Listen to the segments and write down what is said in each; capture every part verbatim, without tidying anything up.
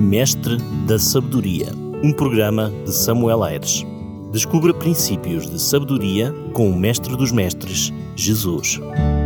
Mestre da Sabedoria, um programa de Samuel Ayres. Descubra princípios de sabedoria com o Mestre dos Mestres, Jesus.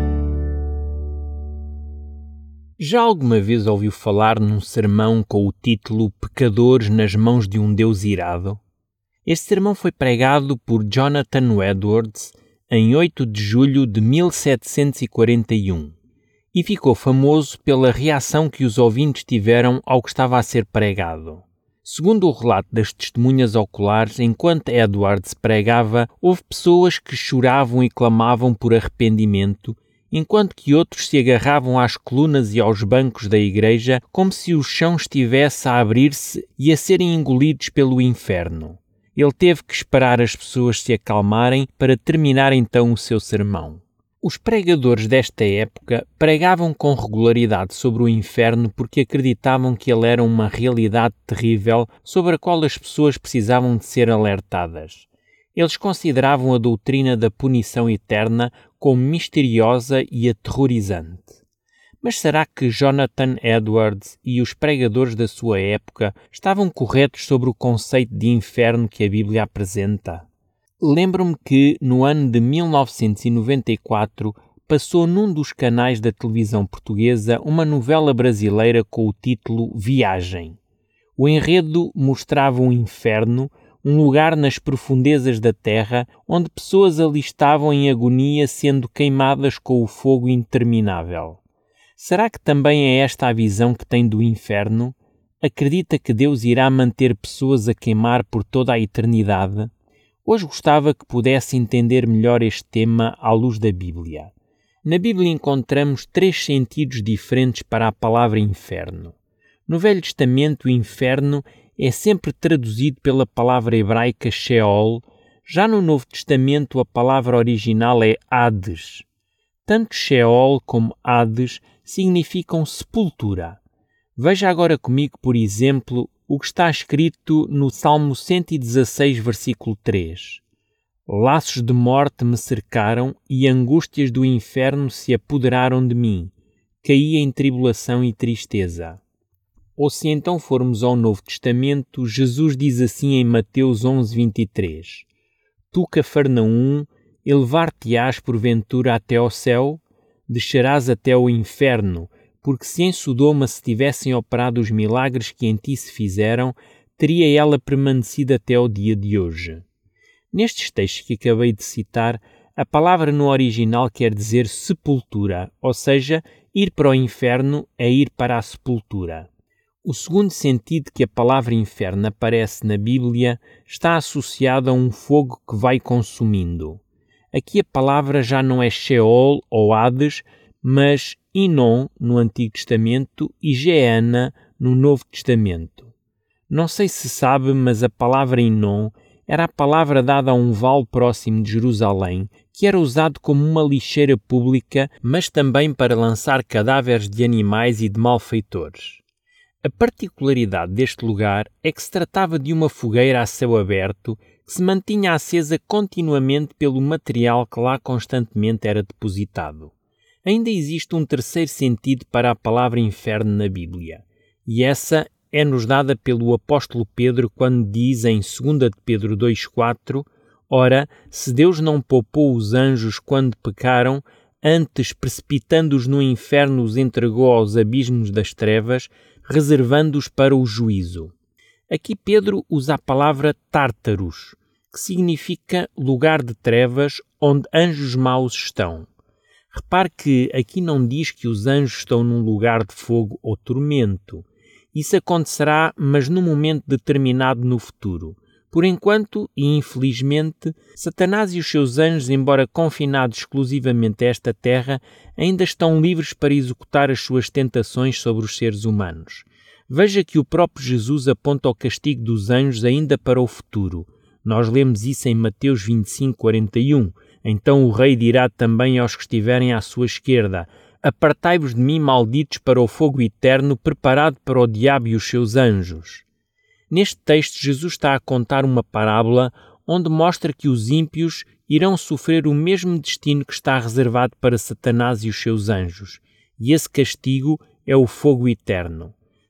Já alguma vez ouviu falar num sermão com o título Pecadores nas mãos de um Deus irado? Este sermão foi pregado por Jonathan Edwards em oito de julho de mil setecentos e quarenta e um e ficou famoso pela reação que os ouvintes tiveram ao que estava a ser pregado. Segundo o relato das testemunhas oculares, enquanto Edwards pregava, houve pessoas que choravam e clamavam por arrependimento, enquanto que outros se agarravam às colunas e aos bancos da igreja como se o chão estivesse a abrir-se e a serem engolidos pelo inferno. Ele teve que esperar as pessoas se acalmarem para terminar então o seu sermão. Os pregadores desta época pregavam com regularidade sobre o inferno porque acreditavam que ele era uma realidade terrível sobre a qual as pessoas precisavam de ser alertadas. Eles consideravam a doutrina da punição eterna como misteriosa e aterrorizante. Mas será que Jonathan Edwards e os pregadores da sua época estavam corretos sobre o conceito de inferno que a Bíblia apresenta? Lembro-me que, no ano de mil novecentos e noventa e quatro, passou num dos canais da televisão portuguesa uma novela brasileira com o título Viagem. O enredo mostrava um inferno, um lugar nas profundezas da terra, onde pessoas ali estavam em agonia sendo queimadas com o fogo interminável. Será que também é esta a visão que tem do inferno? Acredita que Deus irá manter pessoas a queimar por toda a eternidade? Hoje gostava que pudesse entender melhor este tema à luz da Bíblia. Na Bíblia encontramos três sentidos diferentes para a palavra inferno. No Velho Testamento, o inferno é sempre traduzido pela palavra hebraica Sheol. Já no Novo Testamento, a palavra original é Hades. Tanto Sheol como Hades significam sepultura. Veja agora comigo, por exemplo, o que está escrito no Salmo cento e dezasseis, versículo três. Laços de morte me cercaram e angústias do inferno se apoderaram de mim. Caí em tribulação e tristeza. Ou se então formos ao Novo Testamento, Jesus diz assim em Mateus onze, vinte e três. Tu, Cafarnaum, elevar-te-ás porventura até ao céu? Descerás até ao inferno, porque se em Sodoma se tivessem operado os milagres que em ti se fizeram, teria ela permanecido até ao dia de hoje. Nestes textos que acabei de citar, a palavra no original quer dizer sepultura, ou seja, ir para o inferno é ir para a sepultura. O segundo sentido que a palavra inferno aparece na Bíblia está associado a um fogo que vai consumindo. Aqui a palavra já não é Sheol ou Hades, mas Inon no Antigo Testamento e Geena no Novo Testamento. Não sei se sabe, mas a palavra Inon era a palavra dada a um vale próximo de Jerusalém, que era usado como uma lixeira pública, mas também para lançar cadáveres de animais e de malfeitores. A particularidade deste lugar é que se tratava de uma fogueira a céu aberto que se mantinha acesa continuamente pelo material que lá constantemente era depositado. Ainda existe um terceiro sentido para a palavra inferno na Bíblia, e essa é-nos dada pelo apóstolo Pedro quando diz em dois de Pedro dois, quatro, Ora, se Deus não poupou os anjos quando pecaram, antes precipitando-os no inferno os entregou aos abismos das trevas, reservando-os para o juízo. Aqui Pedro usa a palavra Tártaros, que significa lugar de trevas onde anjos maus estão. Repare que aqui não diz que os anjos estão num lugar de fogo ou tormento. Isso acontecerá, mas num momento determinado no futuro. Por enquanto, e infelizmente, Satanás e os seus anjos, embora confinados exclusivamente a esta terra, ainda estão livres para executar as suas tentações sobre os seres humanos. Veja que o próprio Jesus aponta o castigo dos anjos ainda para o futuro. Nós lemos isso em Mateus vinte e cinco, quarenta e um. Então o rei dirá também aos que estiverem à sua esquerda, apartai-vos de mim, malditos, para o fogo eterno, preparado para o diabo e os seus anjos. Neste texto, Jesus está a contar uma parábola onde mostra que os ímpios irão sofrer o mesmo destino que está reservado para Satanás e os seus anjos, e esse castigo é o fogo eterno.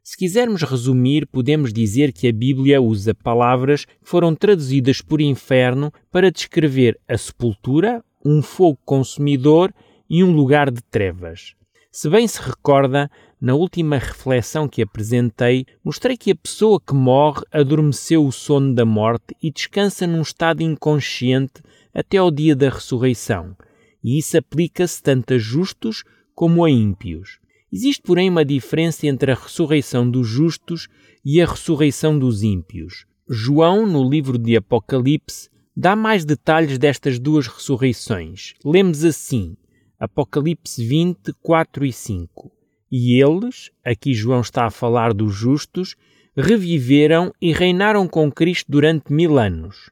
Se quisermos resumir, podemos dizer que a Bíblia usa palavras que foram traduzidas por inferno para descrever a sepultura, um fogo consumidor e um lugar de trevas. Se bem se recorda, na última reflexão que apresentei, mostrei que a pessoa que morre adormeceu o sono da morte e descansa num estado inconsciente até ao dia da ressurreição, e isso aplica-se tanto a justos como a ímpios. Existe, porém, uma diferença entre a ressurreição dos justos e a ressurreição dos ímpios. João, no livro de Apocalipse, dá mais detalhes destas duas ressurreições. Lemos assim, Apocalipse vinte, quatro e cinco. E eles, aqui João está a falar dos justos, reviveram e reinaram com Cristo durante mil anos.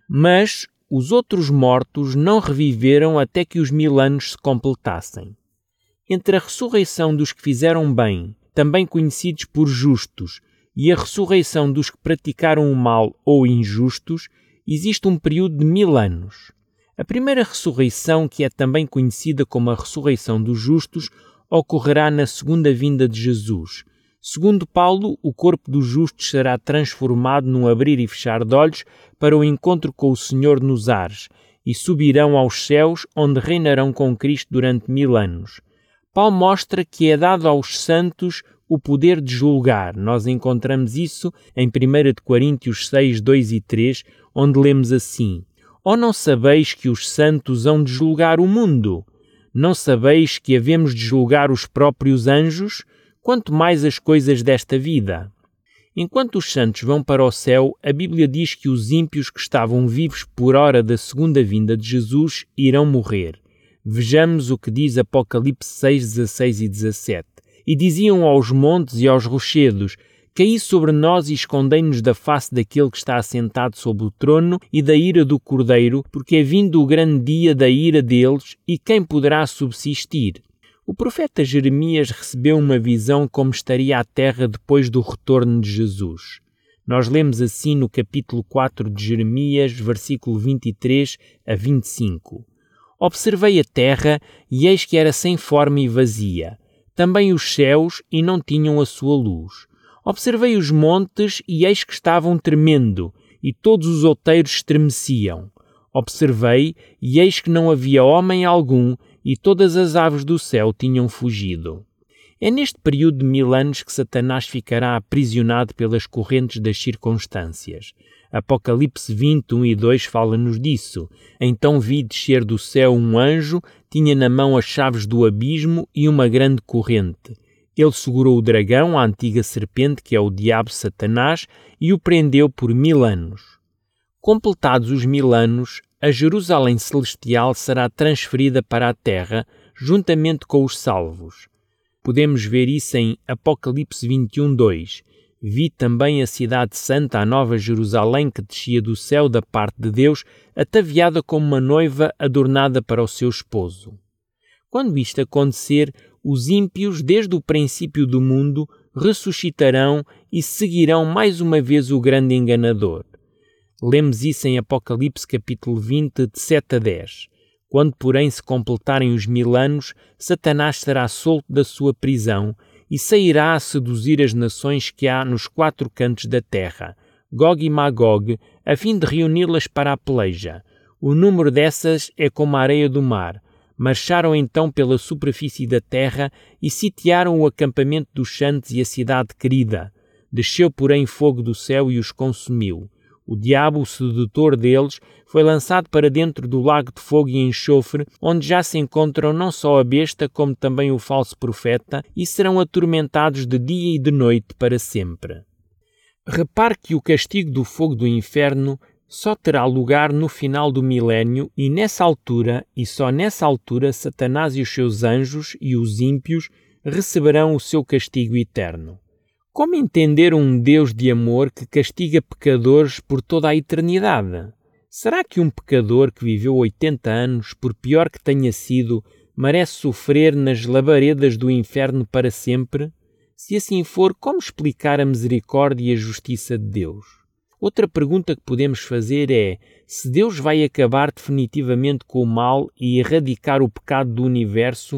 Mas os outros mortos não reviveram até que os mil anos se completassem. Entre a ressurreição dos que fizeram bem, também conhecidos por justos, e a ressurreição dos que praticaram o mal ou injustos, existe um período de mil anos. A primeira ressurreição, que é também conhecida como a ressurreição dos justos, ocorrerá na segunda vinda de Jesus. Segundo Paulo, o corpo dos justos será transformado num abrir e fechar de olhos para o encontro com o Senhor nos ares, e subirão aos céus, onde reinarão com Cristo durante mil anos. Paulo mostra que é dado aos santos o poder de julgar. Nós encontramos isso em primeira Coríntios seis, dois e três, onde lemos assim: Ou não sabeis que os santos hão de julgar o mundo? Não sabeis que havemos de julgar os próprios anjos? Quanto mais as coisas desta vida. Enquanto os santos vão para o céu, a Bíblia diz que os ímpios que estavam vivos por hora da segunda vinda de Jesus irão morrer. Vejamos o que diz Apocalipse seis, dezasseis e dezassete. E diziam aos montes e aos rochedos: Caí sobre nós e escondei-nos da face daquele que está assentado sobre o trono e da ira do Cordeiro, porque é vindo o grande dia da ira deles, e quem poderá subsistir? O profeta Jeremias recebeu uma visão como estaria a terra depois do retorno de Jesus. Nós lemos assim no capítulo quatro de Jeremias, versículo vinte e três a vinte e cinco. Observei a terra, e eis que era sem forma e vazia. Também os céus, e não tinham a sua luz. Observei os montes, e eis que estavam tremendo, e todos os outeiros estremeciam. Observei, e eis que não havia homem algum, e todas as aves do céu tinham fugido. É neste período de mil anos que Satanás ficará aprisionado pelas correntes das circunstâncias. Apocalipse vinte, um e dois fala-nos disso. Então vi descer do céu um anjo, tinha na mão as chaves do abismo e uma grande corrente. Ele segurou o dragão, a antiga serpente, que é o diabo Satanás, e o prendeu por mil anos. Completados os mil anos, a Jerusalém celestial será transferida para a terra, juntamente com os salvos. Podemos ver isso em Apocalipse vinte e um, dois. Vi também a cidade santa, a nova Jerusalém, que descia do céu da parte de Deus, ataviada como uma noiva adornada para o seu esposo. Quando isto acontecer, os ímpios, desde o princípio do mundo, ressuscitarão e seguirão mais uma vez o grande enganador. Lemos isso em Apocalipse capítulo vinte, de sete a dez. Quando, porém, se completarem os mil anos, Satanás será solto da sua prisão e sairá a seduzir as nações que há nos quatro cantos da terra, Gog e Magog, a fim de reuni-las para a peleja. O número dessas é como a areia do mar. Marcharam então pela superfície da terra e sitiaram o acampamento dos santos e a cidade querida. Desceu, porém, fogo do céu e os consumiu. O diabo, o sedutor deles, foi lançado para dentro do lago de fogo e enxofre, onde já se encontram não só a besta, como também o falso profeta, e serão atormentados de dia e de noite para sempre. Repare que o castigo do fogo do inferno só terá lugar no final do milénio, e nessa altura, e só nessa altura, Satanás e os seus anjos e os ímpios receberão o seu castigo eterno. Como entender um Deus de amor que castiga pecadores por toda a eternidade? Será que um pecador que viveu oitenta anos, por pior que tenha sido, merece sofrer nas labaredas do inferno para sempre? Se assim for, como explicar a misericórdia e a justiça de Deus? Outra pergunta que podemos fazer é: se Deus vai acabar definitivamente com o mal e erradicar o pecado do universo,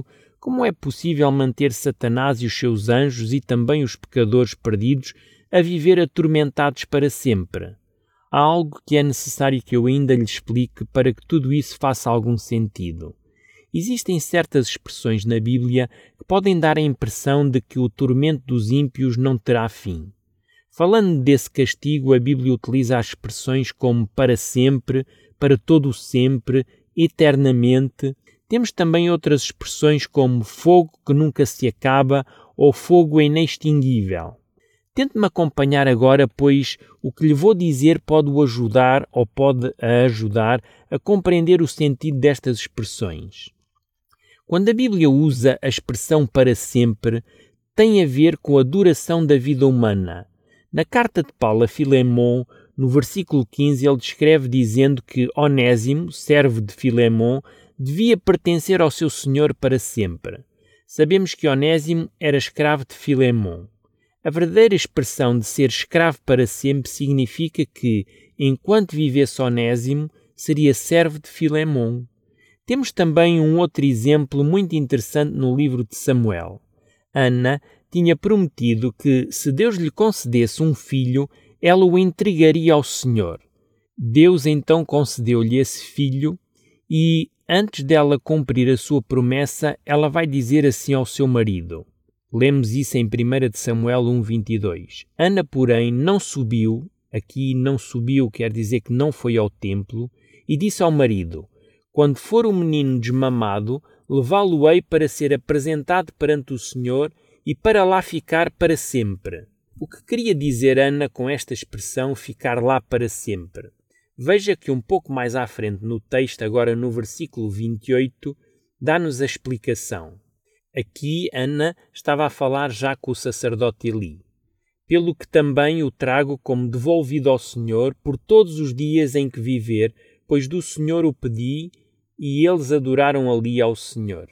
Como é possível manter Satanás e os seus anjos e também os pecadores perdidos a viver atormentados para sempre? Há algo que é necessário que eu ainda lhe explique para que tudo isso faça algum sentido. Existem certas expressões na Bíblia que podem dar a impressão de que o tormento dos ímpios não terá fim. Falando desse castigo, a Bíblia utiliza as expressões como para sempre, para todo o sempre, eternamente. Temos também outras expressões como fogo que nunca se acaba ou fogo inextinguível. Tente-me acompanhar agora, pois o que lhe vou dizer pode o ajudar ou pode a ajudar a compreender o sentido destas expressões. Quando a Bíblia usa a expressão para sempre, tem a ver com a duração da vida humana. Na carta de Paulo a Filemon, no versículo quinze, ele descreve dizendo que Onésimo, servo de Filemon, devia pertencer ao seu senhor para sempre. Sabemos que Onésimo era escravo de Filemon. A verdadeira expressão de ser escravo para sempre significa que, enquanto vivesse Onésimo, seria servo de Filemon. Temos também um outro exemplo muito interessante no livro de Samuel. Ana tinha prometido que, se Deus lhe concedesse um filho, ela o entregaria ao Senhor. Deus então concedeu-lhe esse filho e, antes dela cumprir a sua promessa, ela vai dizer assim ao seu marido. Lemos isso em primeira de Samuel um, vinte e dois. Ana, porém, não subiu, aqui não subiu quer dizer que não foi ao templo, e disse ao marido, quando for o menino desmamado, levá-lo-ei para ser apresentado perante o Senhor e para lá ficar para sempre. O que queria dizer Ana com esta expressão ficar lá para sempre? Veja que um pouco mais à frente no texto, agora no versículo vinte e oito, dá-nos a explicação. Aqui Ana estava a falar já com o sacerdote Eli. Pelo que também o trago como devolvido ao Senhor por todos os dias em que viver, pois do Senhor o pedi, e eles adoraram ali ao Senhor.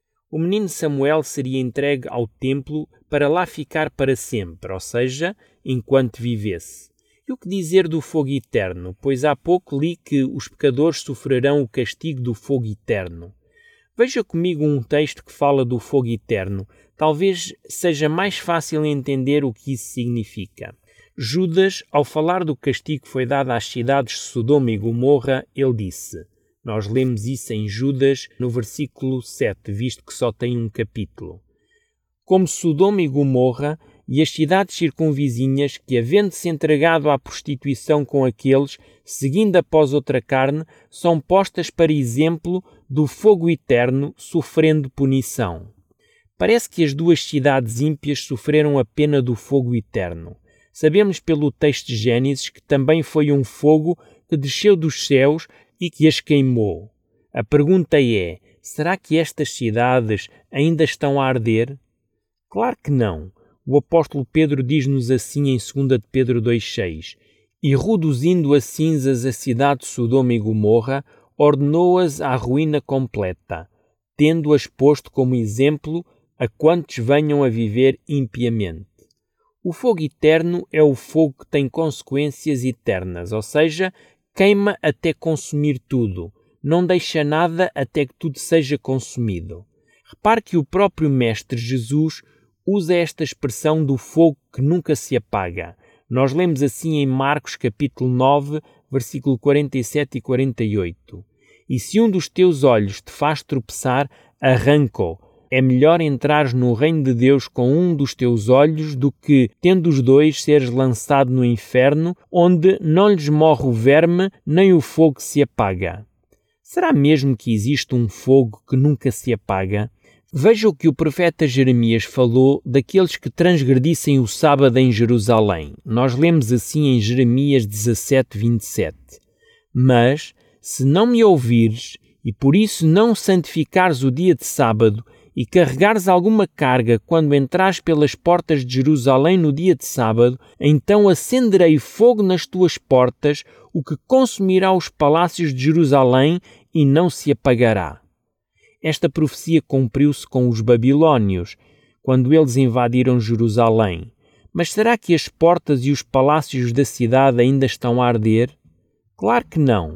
O menino Samuel seria entregue ao templo para lá ficar para sempre, ou seja, enquanto vivesse. E o que dizer do fogo eterno? Pois há pouco li que os pecadores sofrerão o castigo do fogo eterno. Veja comigo um texto que fala do fogo eterno. Talvez seja mais fácil entender o que isso significa. Judas, ao falar do castigo que foi dado às cidades de Sodoma e Gomorra, ele disse... Nós lemos isso em Judas, no versículo sete, visto que só tem um capítulo. Como Sodoma e Gomorra e as cidades circunvizinhas que, havendo-se entregado à prostituição com aqueles, seguindo após outra carne, são postas para exemplo do fogo eterno, sofrendo punição. Parece que as duas cidades ímpias sofreram a pena do fogo eterno. Sabemos pelo texto de Gênesis que também foi um fogo que desceu dos céus e que as queimou. A pergunta é, será que estas cidades ainda estão a arder? Claro que não. O apóstolo Pedro diz-nos assim em segunda de Pedro dois, seis. E reduzindo a cinzas a cidade de Sodoma e Gomorra, ordenou-as à ruína completa, tendo-as posto como exemplo a quantos venham a viver impiamente. O fogo eterno é o fogo que tem consequências eternas, ou seja, queima até consumir tudo, não deixa nada até que tudo seja consumido. Repare que o próprio Mestre Jesus usa esta expressão do fogo que nunca se apaga. Nós lemos assim em Marcos capítulo nove, versículo quarenta e sete e quarenta e oito. E se um dos teus olhos te faz tropeçar, arranca-o. É melhor entrares no reino de Deus com um dos teus olhos do que, tendo os dois, seres lançado no inferno, onde não lhes morre o verme, nem o fogo se apaga. Será mesmo que existe um fogo que nunca se apaga? Veja o que o profeta Jeremias falou daqueles que transgredissem o sábado em Jerusalém. Nós lemos assim em Jeremias dezassete, vinte e sete. Mas, se não me ouvires, e por isso não santificares o dia de sábado, e carregares alguma carga quando entrares pelas portas de Jerusalém no dia de sábado, então acenderei fogo nas tuas portas, o que consumirá os palácios de Jerusalém e não se apagará. Esta profecia cumpriu-se com os babilônios, quando eles invadiram Jerusalém. Mas será que as portas e os palácios da cidade ainda estão a arder? Claro que não.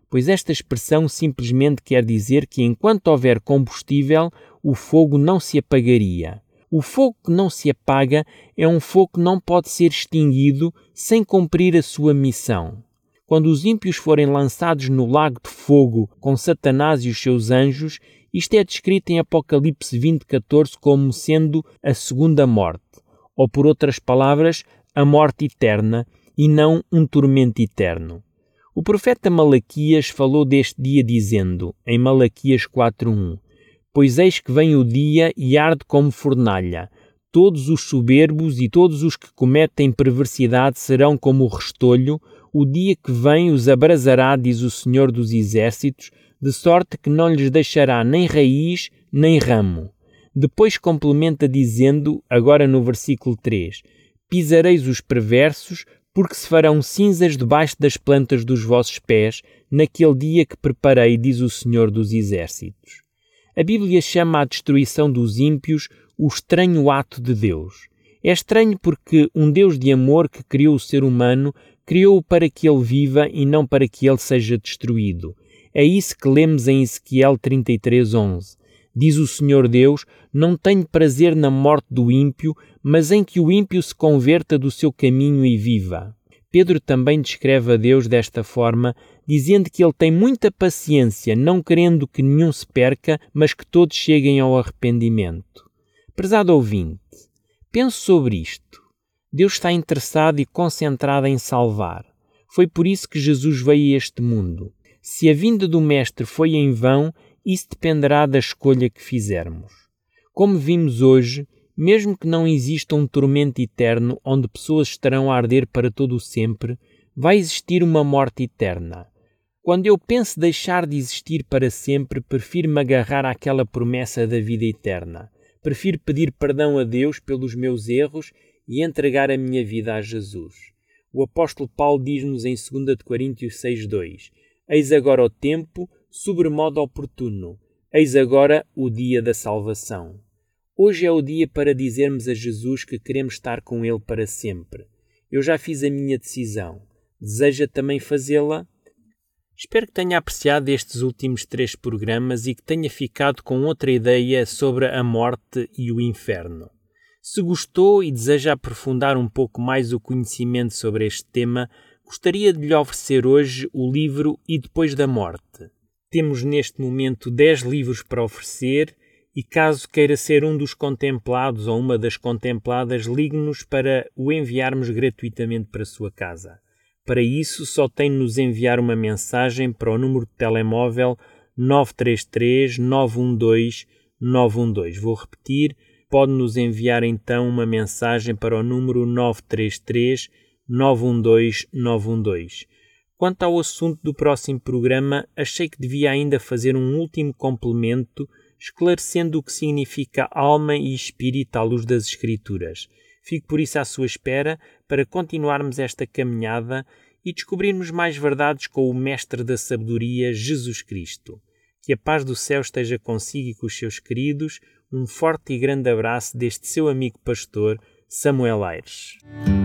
pois esta expressão simplesmente quer dizer que enquanto houver combustível, o fogo não se apagaria. O fogo que não se apaga é um fogo que não pode ser extinguido sem cumprir a sua missão. Quando os ímpios forem lançados no lago de fogo com Satanás e os seus anjos, isto é descrito em Apocalipse vinte, catorze como sendo a segunda morte, ou por outras palavras, a morte eterna, e não um tormento eterno. O profeta Malaquias falou deste dia dizendo, em Malaquias quatro um, pois eis que vem o dia e arde como fornalha. Todos os soberbos e todos os que cometem perversidade serão como o restolho. O dia que vem os abrasará, diz o Senhor dos Exércitos, de sorte que não lhes deixará nem raiz nem ramo. Depois complementa dizendo, agora no versículo três, pisareis os perversos, porque se farão cinzas debaixo das plantas dos vossos pés, naquele dia que preparei, diz o Senhor dos Exércitos. A Bíblia chama a destruição dos ímpios o estranho ato de Deus. É estranho porque um Deus de amor que criou o ser humano, criou-o para que ele viva e não para que ele seja destruído. É isso que lemos em Ezequiel trinta e três, onze. Diz o Senhor Deus, não tenho prazer na morte do ímpio, mas em que o ímpio se converta do seu caminho e viva. Pedro também descreve a Deus desta forma, dizendo que ele tem muita paciência, não querendo que nenhum se perca, mas que todos cheguem ao arrependimento. Prezado ouvinte, pense sobre isto. Deus está interessado e concentrado em salvar. Foi por isso que Jesus veio a este mundo. Se a vinda do Mestre foi em vão, isso dependerá da escolha que fizermos. Como vimos hoje, mesmo que não exista um tormento eterno onde pessoas estarão a arder para todo o sempre, vai existir uma morte eterna. Quando eu penso deixar de existir para sempre, prefiro me agarrar àquela promessa da vida eterna. Prefiro pedir perdão a Deus pelos meus erros e entregar a minha vida a Jesus. O apóstolo Paulo diz-nos em dois Coríntios seis, dois, eis agora o tempo, sobremodo oportuno, eis agora o dia da salvação. Hoje é o dia para dizermos a Jesus que queremos estar com Ele para sempre. Eu já fiz a minha decisão. Deseja também fazê-la? Espero que tenha apreciado estes últimos três programas e que tenha ficado com outra ideia sobre a morte e o inferno. Se gostou e deseja aprofundar um pouco mais o conhecimento sobre este tema, gostaria de lhe oferecer hoje o livro E Depois da Morte. Temos neste momento dez livros para oferecer e caso queira ser um dos contemplados ou uma das contempladas, ligue-nos para o enviarmos gratuitamente para a sua casa. Para isso, só tem de nos enviar uma mensagem para o número de telemóvel nove três três, nove um dois, nove um dois. Vou repetir, pode-nos enviar então uma mensagem para o número nove três três, nove um dois, nove um dois. Quanto ao assunto do próximo programa, achei que devia ainda fazer um último complemento esclarecendo o que significa alma e espírito à luz das Escrituras. Fico por isso à sua espera para continuarmos esta caminhada e descobrirmos mais verdades com o Mestre da Sabedoria, Jesus Cristo. Que a paz do céu esteja consigo e com os seus queridos. Um forte e grande abraço deste seu amigo pastor, Samuel Aires.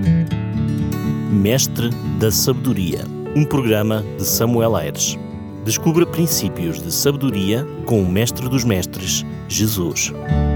Mestre da Sabedoria, um programa de Samuel Aires. Descubra princípios de sabedoria com o Mestre dos Mestres, Jesus.